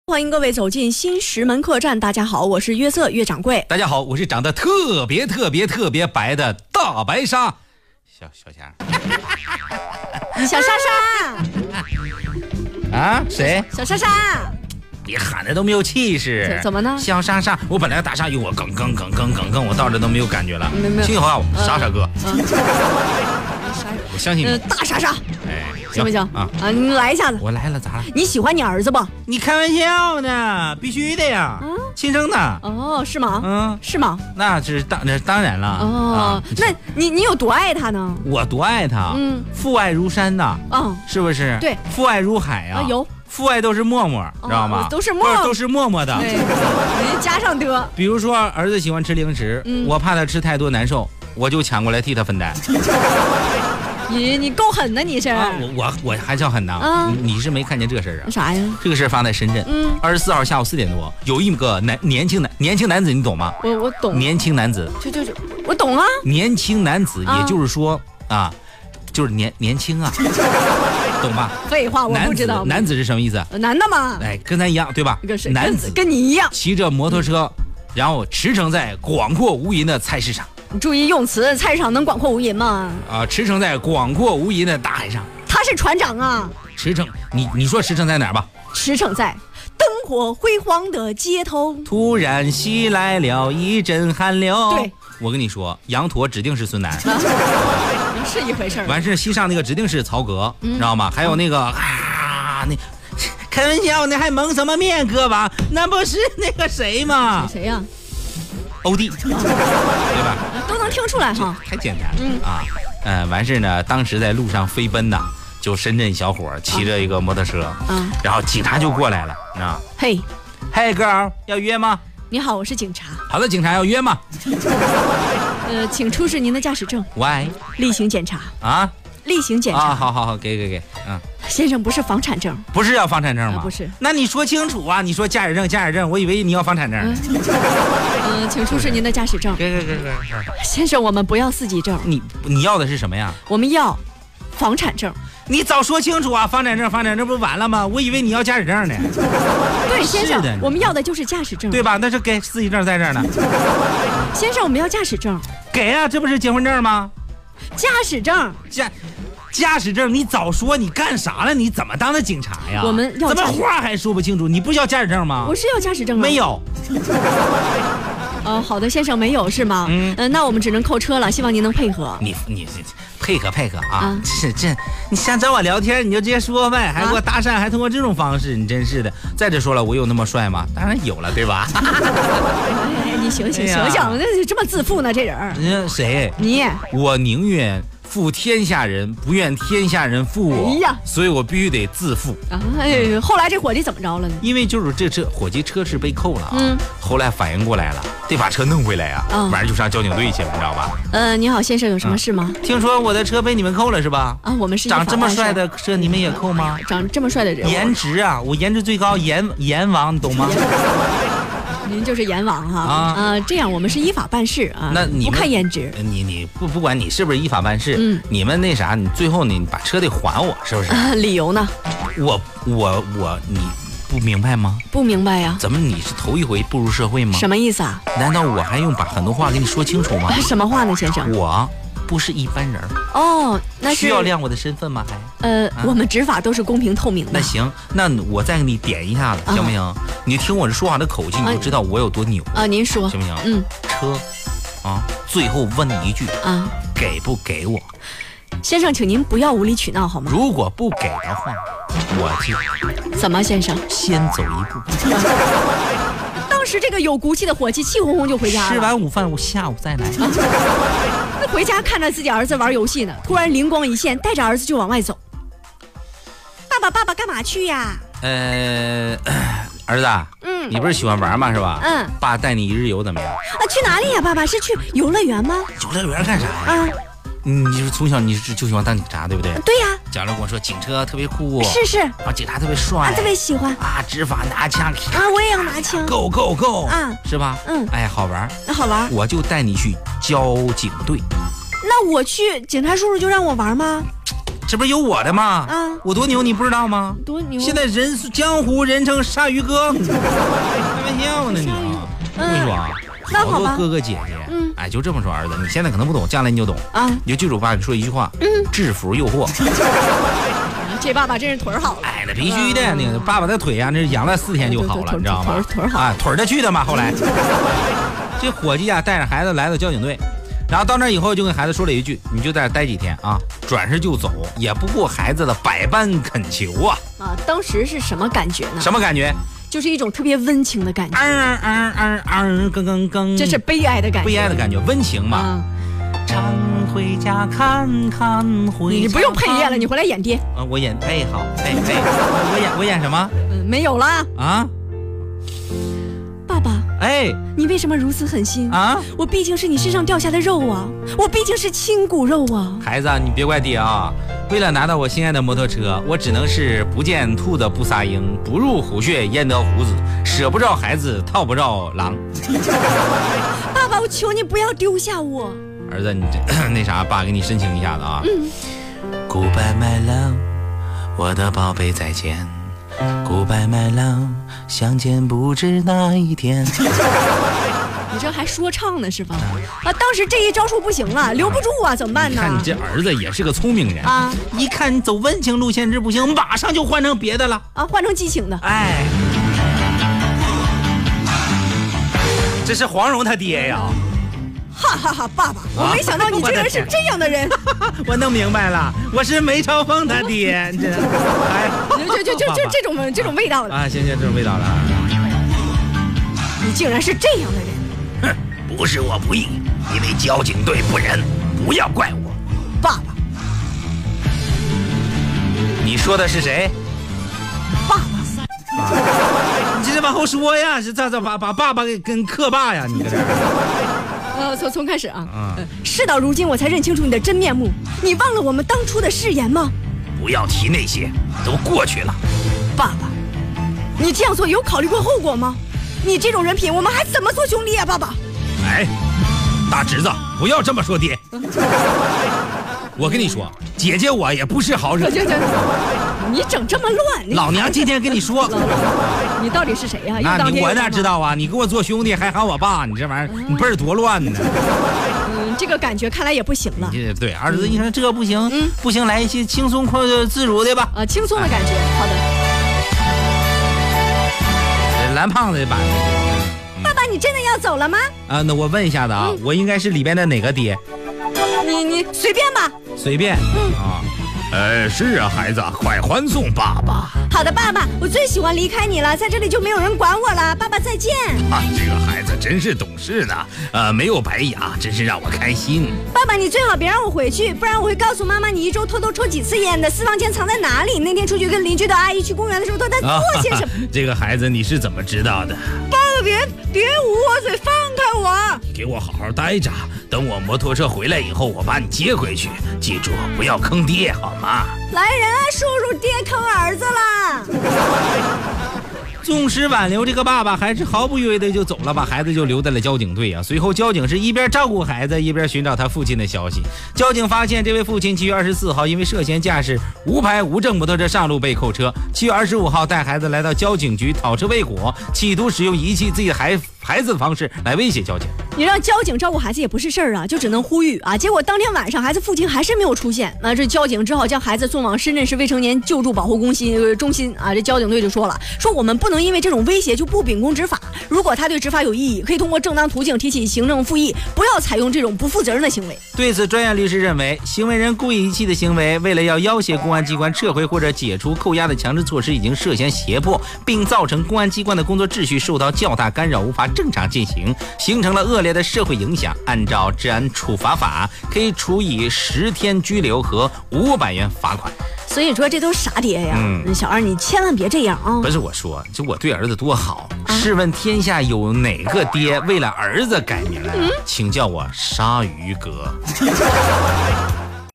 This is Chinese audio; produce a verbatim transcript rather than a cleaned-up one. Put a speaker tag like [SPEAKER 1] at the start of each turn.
[SPEAKER 1] 欢迎各位走进新石门客栈。大家好，我是约瑟岳掌柜。
[SPEAKER 2] 大家好，我是长得特别特别特别白的大白鲨小小强。
[SPEAKER 1] 小莎莎
[SPEAKER 2] 啊？谁？
[SPEAKER 1] 小莎莎，
[SPEAKER 2] 你喊的都没有气势。
[SPEAKER 1] 怎么呢？
[SPEAKER 2] 小莎莎，我本来打鲨鱼，我梗梗梗梗梗梗，我到这都没有感觉了。
[SPEAKER 1] 没没有。
[SPEAKER 2] 幸好莎莎哥，
[SPEAKER 1] 嗯，
[SPEAKER 2] 我相信你。
[SPEAKER 1] 呃、大莎莎，
[SPEAKER 2] 哎，
[SPEAKER 1] 行不行
[SPEAKER 2] 啊？
[SPEAKER 1] 啊，你来一下子。
[SPEAKER 2] 我来了，咋了？
[SPEAKER 1] 你喜欢你儿子不？
[SPEAKER 2] 你开玩笑呢，必须的呀，
[SPEAKER 1] 嗯，
[SPEAKER 2] 亲生的。
[SPEAKER 1] 哦，是吗？
[SPEAKER 2] 嗯，
[SPEAKER 1] 是吗？
[SPEAKER 2] 那是当那当然了。
[SPEAKER 1] 哦，
[SPEAKER 2] 啊、
[SPEAKER 1] 那你你有多爱他呢？
[SPEAKER 2] 我多爱他，
[SPEAKER 1] 嗯，
[SPEAKER 2] 父爱如山呐，
[SPEAKER 1] 嗯，
[SPEAKER 2] 是不是？
[SPEAKER 1] 对，
[SPEAKER 2] 父爱如海啊，
[SPEAKER 1] 啊有。
[SPEAKER 2] 父爱都是默默，知道吗？
[SPEAKER 1] 都是默，
[SPEAKER 2] 都是默默的。
[SPEAKER 1] 对，你加上的。
[SPEAKER 2] 比如说儿子喜欢吃零食，
[SPEAKER 1] 嗯、
[SPEAKER 2] 我怕他吃太多难受，我就抢过来替他分担。
[SPEAKER 1] 你你够狠的，你是？
[SPEAKER 2] 啊、我我我还叫狠呢。啊、你, 你是没看见这事儿啊？
[SPEAKER 1] 啥呀？
[SPEAKER 2] 这个事儿发在深圳。嗯。二十四号下午四点多，有一个男年轻男年轻男子，你懂吗？
[SPEAKER 1] 我我懂。
[SPEAKER 2] 年轻男子。
[SPEAKER 1] 就就就，我懂啊。
[SPEAKER 2] 年轻男子，也就是说啊，啊就是年年轻啊。懂吧？
[SPEAKER 1] 废话，我不知道。
[SPEAKER 2] 男子是什么意思？
[SPEAKER 1] 男的嘛。
[SPEAKER 2] 哎，跟咱一样，对吧？男子
[SPEAKER 1] 跟你一样，
[SPEAKER 2] 骑着摩托车，然后驰骋在广阔无垠的菜市场。
[SPEAKER 1] 你注意用词，菜市场能广阔无垠吗？
[SPEAKER 2] 啊，驰骋在广阔无垠的大海上。
[SPEAKER 1] 他是船长啊。
[SPEAKER 2] 驰骋，你你说驰骋在哪儿吧？
[SPEAKER 1] 驰骋在灯火辉煌的街头。
[SPEAKER 2] 突然袭来了一阵寒流。
[SPEAKER 1] 对，
[SPEAKER 2] 我跟你说，羊驼指定是孙楠。
[SPEAKER 1] 是一回事儿。
[SPEAKER 2] 完事西上那个指定是曹格，嗯、知道吗？还有那个啊，那开玩笑，那还蒙什么面，哥吧？那不是那个谁吗？
[SPEAKER 1] 谁呀、啊？
[SPEAKER 2] 欧弟，对吧？
[SPEAKER 1] 都能听出来哈，
[SPEAKER 2] 太简单了、嗯、啊。呃，完事呢，当时在路上飞奔呐，就深圳小伙骑着一个摩托车，嗯，然后警察就过来了，你知道？
[SPEAKER 1] 嘿，
[SPEAKER 2] 嘿，哥儿，要约吗？
[SPEAKER 1] 你好，我是警察。
[SPEAKER 2] 好的，警察要约吗？
[SPEAKER 1] 呃，请出示您的驾驶证。
[SPEAKER 2] 喂，
[SPEAKER 1] 例行检查
[SPEAKER 2] 啊，
[SPEAKER 1] 例行检查
[SPEAKER 2] 啊，好好好，给给给，嗯，
[SPEAKER 1] 先生不是房产证，
[SPEAKER 2] 不是要房产证吗？
[SPEAKER 1] 啊、不是，
[SPEAKER 2] 那你说清楚啊！你说驾驶证，驾驶证，我以为你要房产证。
[SPEAKER 1] 嗯、呃，请出示您的驾驶证。
[SPEAKER 2] 给给给给，
[SPEAKER 1] 先生，我们不要四级证。
[SPEAKER 2] 你你要的是什么呀？
[SPEAKER 1] 我们要房产证。
[SPEAKER 2] 你早说清楚啊！房产证，房产证不完了吗？我以为你要驾驶证呢。
[SPEAKER 1] 对，先生，我们要的就是驾驶证，
[SPEAKER 2] 对吧？那是给四级证在这儿呢。
[SPEAKER 1] 先生，我们要驾驶证。
[SPEAKER 2] 给啊，这不是结婚证吗？
[SPEAKER 1] 驾驶证，
[SPEAKER 2] 驾驾驶证，你早说，你干啥了？你怎么当的警察呀？
[SPEAKER 1] 我们要
[SPEAKER 2] 怎么话还说不清楚？你不要驾驶证吗？
[SPEAKER 1] 我是要驾驶证啊。
[SPEAKER 2] 没有。
[SPEAKER 1] 呃，好的，先生，没有是吗？嗯、呃，那我们只能扣车了，希望您能配合。
[SPEAKER 2] 你你配合配合啊！啊这这，你想找我聊天，你就直接说呗，还给我搭讪，啊、还通过这种方式，你真是的。再者说了，我有那么帅吗？当然有了，对吧？
[SPEAKER 1] 哎，你醒醒醒醒，那这么自负呢，这人。
[SPEAKER 2] 嗯，谁？
[SPEAKER 1] 你。
[SPEAKER 2] 我宁愿负天下人，不愿天下人负我。哎呀，所以我必须得自负。
[SPEAKER 1] 啊，哎，后来这伙计怎么着了呢？
[SPEAKER 2] 因为就是这车伙计车是被扣了啊，嗯，后来反应过来了，得把车弄回来呀、啊，嗯、晚上就上交警队去了，你知道吧？
[SPEAKER 1] 呃，你好，先生，有什么事吗？
[SPEAKER 2] 嗯、听说我的车被你们扣了是吧？
[SPEAKER 1] 啊，我们是
[SPEAKER 2] 长这么帅的车，你们也扣吗？
[SPEAKER 1] 长这么帅的人，
[SPEAKER 2] 颜值啊，我颜值最高，阎阎王，你懂吗？
[SPEAKER 1] 您就是阎王哈啊、呃！这样我们是依法办事啊，
[SPEAKER 2] 那你
[SPEAKER 1] 不看颜值。
[SPEAKER 2] 你你不不管你是不是依法办事，嗯，你们那啥，你最后你把车得还我，是不是？
[SPEAKER 1] 啊、理由呢？
[SPEAKER 2] 我我我你不明白吗？
[SPEAKER 1] 不明白呀、啊。
[SPEAKER 2] 怎么你是头一回步入社会吗？
[SPEAKER 1] 什么意思啊？
[SPEAKER 2] 难道我还用把很多话给你说清楚吗？
[SPEAKER 1] 什么话呢，先生？
[SPEAKER 2] 我不是一般人
[SPEAKER 1] 哦，那是
[SPEAKER 2] 需要亮我的身份吗？还
[SPEAKER 1] 呃、啊，我们执法都是公平透明的。
[SPEAKER 2] 那行，那我再给你点一下子，行不行？啊、你听我这说话的口气，你就知道我有多牛
[SPEAKER 1] 啊！您说
[SPEAKER 2] 行不行？
[SPEAKER 1] 嗯，
[SPEAKER 2] 车啊，最后问你一句
[SPEAKER 1] 啊，
[SPEAKER 2] 给不给我？
[SPEAKER 1] 先生，请您不要无理取闹好吗？
[SPEAKER 2] 如果不给的话，我就
[SPEAKER 1] 怎么，先生？
[SPEAKER 2] 先走一步。
[SPEAKER 1] 当时这个有骨气的伙计气哄哄就回家了。
[SPEAKER 2] 吃完午饭，我下午再来。
[SPEAKER 1] 那回家看着自己儿子玩游戏呢，突然灵光一现，带着儿子就往外走。爸爸，爸爸干嘛去呀？
[SPEAKER 2] 呃，儿子，嗯，你不是喜欢玩吗？是吧？
[SPEAKER 1] 嗯，
[SPEAKER 2] 爸带你一日游怎么样？
[SPEAKER 1] 啊，去哪里呀？爸爸是去游乐园吗？
[SPEAKER 2] 游乐园干啥呀？啊，你是从小你是就喜欢当警察，对不对？
[SPEAKER 1] 对呀。
[SPEAKER 2] 假如跟我说警车特别酷，
[SPEAKER 1] 是是，
[SPEAKER 2] 啊，警察特别帅，
[SPEAKER 1] 啊，特别喜欢
[SPEAKER 2] 啊，执法拿枪
[SPEAKER 1] 啊，我也要拿枪
[SPEAKER 2] ，Go Go Go
[SPEAKER 1] 啊，
[SPEAKER 2] 是吧？
[SPEAKER 1] 嗯，
[SPEAKER 2] 哎，好玩，
[SPEAKER 1] 那好玩，
[SPEAKER 2] 我就带你去交警队。
[SPEAKER 1] 那我去，警察叔叔就让我玩吗？
[SPEAKER 2] 这不是有我的吗？
[SPEAKER 1] 啊，
[SPEAKER 2] 我多牛，你不知道吗？
[SPEAKER 1] 多牛！
[SPEAKER 2] 现在人江湖人称鲨鱼哥，开玩笑呢你啊！我跟你说啊，好多哥哥姐姐，嗯，哎，就这么说，儿子，你现在可能不懂，将来你就懂啊。你就记住我爸跟你说一句话，嗯，制服诱惑。
[SPEAKER 1] 这爸爸真是腿儿好。
[SPEAKER 2] 哎，那必须的，那个爸爸的腿啊，那养了四天就好了，你知道吗？
[SPEAKER 1] 腿儿好啊，
[SPEAKER 2] 腿儿的去的嘛。后来，这伙计啊，带着孩子来到交警队。然后到那以后就跟孩子说了一句：“你就在这待几天啊，转身就走，也不顾孩子的百般恳求啊！”
[SPEAKER 1] 啊，当时是什么感觉呢？
[SPEAKER 2] 什么感觉？
[SPEAKER 1] 就是一种特别温情的感觉。
[SPEAKER 2] 嗯嗯嗯嗯，更更更，
[SPEAKER 1] 这是悲哀的感觉。
[SPEAKER 2] 悲哀的感觉，温情嘛。啊、常回家看看，回家看。
[SPEAKER 1] 你不用配音了，你回来演爹。
[SPEAKER 2] 啊，我演配好，配配。我演我演什么？
[SPEAKER 1] 嗯，没有啦。
[SPEAKER 2] 啊。
[SPEAKER 1] 爸爸，
[SPEAKER 2] 哎，
[SPEAKER 1] 你为什么如此狠心
[SPEAKER 2] 啊？
[SPEAKER 1] 我毕竟是你身上掉下的肉啊，我毕竟是亲骨肉啊。
[SPEAKER 2] 孩子，你别怪爹啊！为了拿到我心爱的摩托车，我只能是不见兔子不撒鹰，不入虎穴焉得虎子，舍不着孩子套不着狼。
[SPEAKER 1] 爸爸，我求你不要丢下我。
[SPEAKER 2] 儿子，你这那啥，爸给你申请一下子啊。嗯。Goodbye my love， 我的宝贝再见。Goodbye my love， 相见不知哪一天。
[SPEAKER 1] 你这还说唱呢是吧？啊，当时这一招数不行了，留不住啊，怎么办呢？
[SPEAKER 2] 看你这儿子也是个聪明人啊！一看你走温情路线这不行，马上就换成别的了
[SPEAKER 1] 啊，换成激情的。
[SPEAKER 2] 哎，这是黄蓉他爹呀！
[SPEAKER 1] 哈哈哈，爸爸，我没想到你居然是这样的人。
[SPEAKER 2] 我弄明白了，我是梅超风他爹。这，
[SPEAKER 1] 哎，就就就就这种这种味道的
[SPEAKER 2] 啊，行行，这种味道了。
[SPEAKER 1] 你竟然是这样的人。
[SPEAKER 3] 哼，不是我不义，因为交警队不仁，不要怪我。
[SPEAKER 1] 爸爸，
[SPEAKER 2] 你说的是谁？
[SPEAKER 1] 爸爸。
[SPEAKER 2] 啊、你这是往后说呀？是咋咋把把爸爸给跟克爸呀？你搁这儿。
[SPEAKER 1] 呃，从从开始啊，嗯，事到如今我才认清楚你的真面目。你忘了我们当初的誓言吗？
[SPEAKER 3] 不要提那些，都过去了。
[SPEAKER 1] 爸爸，你这样做有考虑过后果吗？你这种人品，我们还怎么做兄弟啊？爸爸，
[SPEAKER 3] 哎，大侄子，不要这么说爹。我跟你说，姐姐我也不是好惹。
[SPEAKER 1] 行行，你整这么乱，
[SPEAKER 2] 老娘今天跟你说，
[SPEAKER 1] 你到底是谁呀？
[SPEAKER 2] 那你我哪知道啊？你跟我做兄弟还喊我爸，你这玩意儿你辈儿多乱呢。
[SPEAKER 1] 嗯，这个感觉看来也不行了。
[SPEAKER 2] 对，儿子一说这不行，嗯，不行，来一些轻松快自如的吧。
[SPEAKER 1] 啊，轻松的感觉，好的。
[SPEAKER 2] 蓝胖子版的。
[SPEAKER 1] 爸爸，你真的要走了吗？
[SPEAKER 2] 啊，那我问一下子啊，我应该是里边的哪个爹？
[SPEAKER 1] 你你随便吧，
[SPEAKER 2] 随便。嗯啊，
[SPEAKER 3] 呃，是啊，孩子，快欢送爸爸。
[SPEAKER 1] 好的，爸爸，我最喜欢离开你了，在这里就没有人管我了。爸爸再见。
[SPEAKER 3] 啊，这个孩子真是懂事呢，呃，没有白牙，真是让我开心。
[SPEAKER 1] 爸爸，你最好别让我回去，不然我会告诉妈妈你一周偷偷抽几次烟的，私房钱藏在哪里。那天出去跟邻居的阿姨去公园的时候，都在做些什么？
[SPEAKER 3] 啊、这个孩子你是怎么知道的？
[SPEAKER 1] 爸爸，别别捂我嘴，放开我！
[SPEAKER 3] 给我好好待着，等我摩托车回来以后，我把你接回去。记住，不要坑爹，好吗？
[SPEAKER 1] 来人啊，叔叔，爹坑儿子啦！
[SPEAKER 2] 纵使挽留这个爸爸，还是毫不犹豫的就走了，把孩子就留在了交警队啊。随后交警是一边照顾孩子，一边寻找他父亲的消息。交警发现这位父亲七月二十四号因为涉嫌驾驶无牌无证摩托车上路被扣车，七月二十五号带孩子来到交警局讨吃未果，企图使用遗弃自己孩孩子的方式来威胁交警。
[SPEAKER 1] 你让交警照顾孩子也不是事儿啊，就只能呼吁啊。结果当天晚上孩子父亲还是没有出现，那这交警只好将孩子送往深圳市未成年救助保护中心、呃、中心啊。这交警队就说了，说我们不能因为这种威胁就不秉公执法，如果他对执法有异议，可以通过正当途径提起行政复议，不要采用这种不负责任的行为。
[SPEAKER 2] 对此，专业律师认为，行为人故意遗弃的行为，为了要要挟公安机关撤回或者解除扣押的强制措施，已经涉嫌胁迫，并造成公安机关的工作秩序受到较大干扰，无法正常进行，形成了恶劣的社会影响。按照治安处罚法，可以处以十天拘留和五百元罚款。
[SPEAKER 1] 所以说这都是傻爹呀！嗯，小二你千万别这样啊！
[SPEAKER 2] 不是我说，就我对儿子多好。啊、试问天下有哪个爹为了儿子改名？嗯、请叫我鲨鱼哥。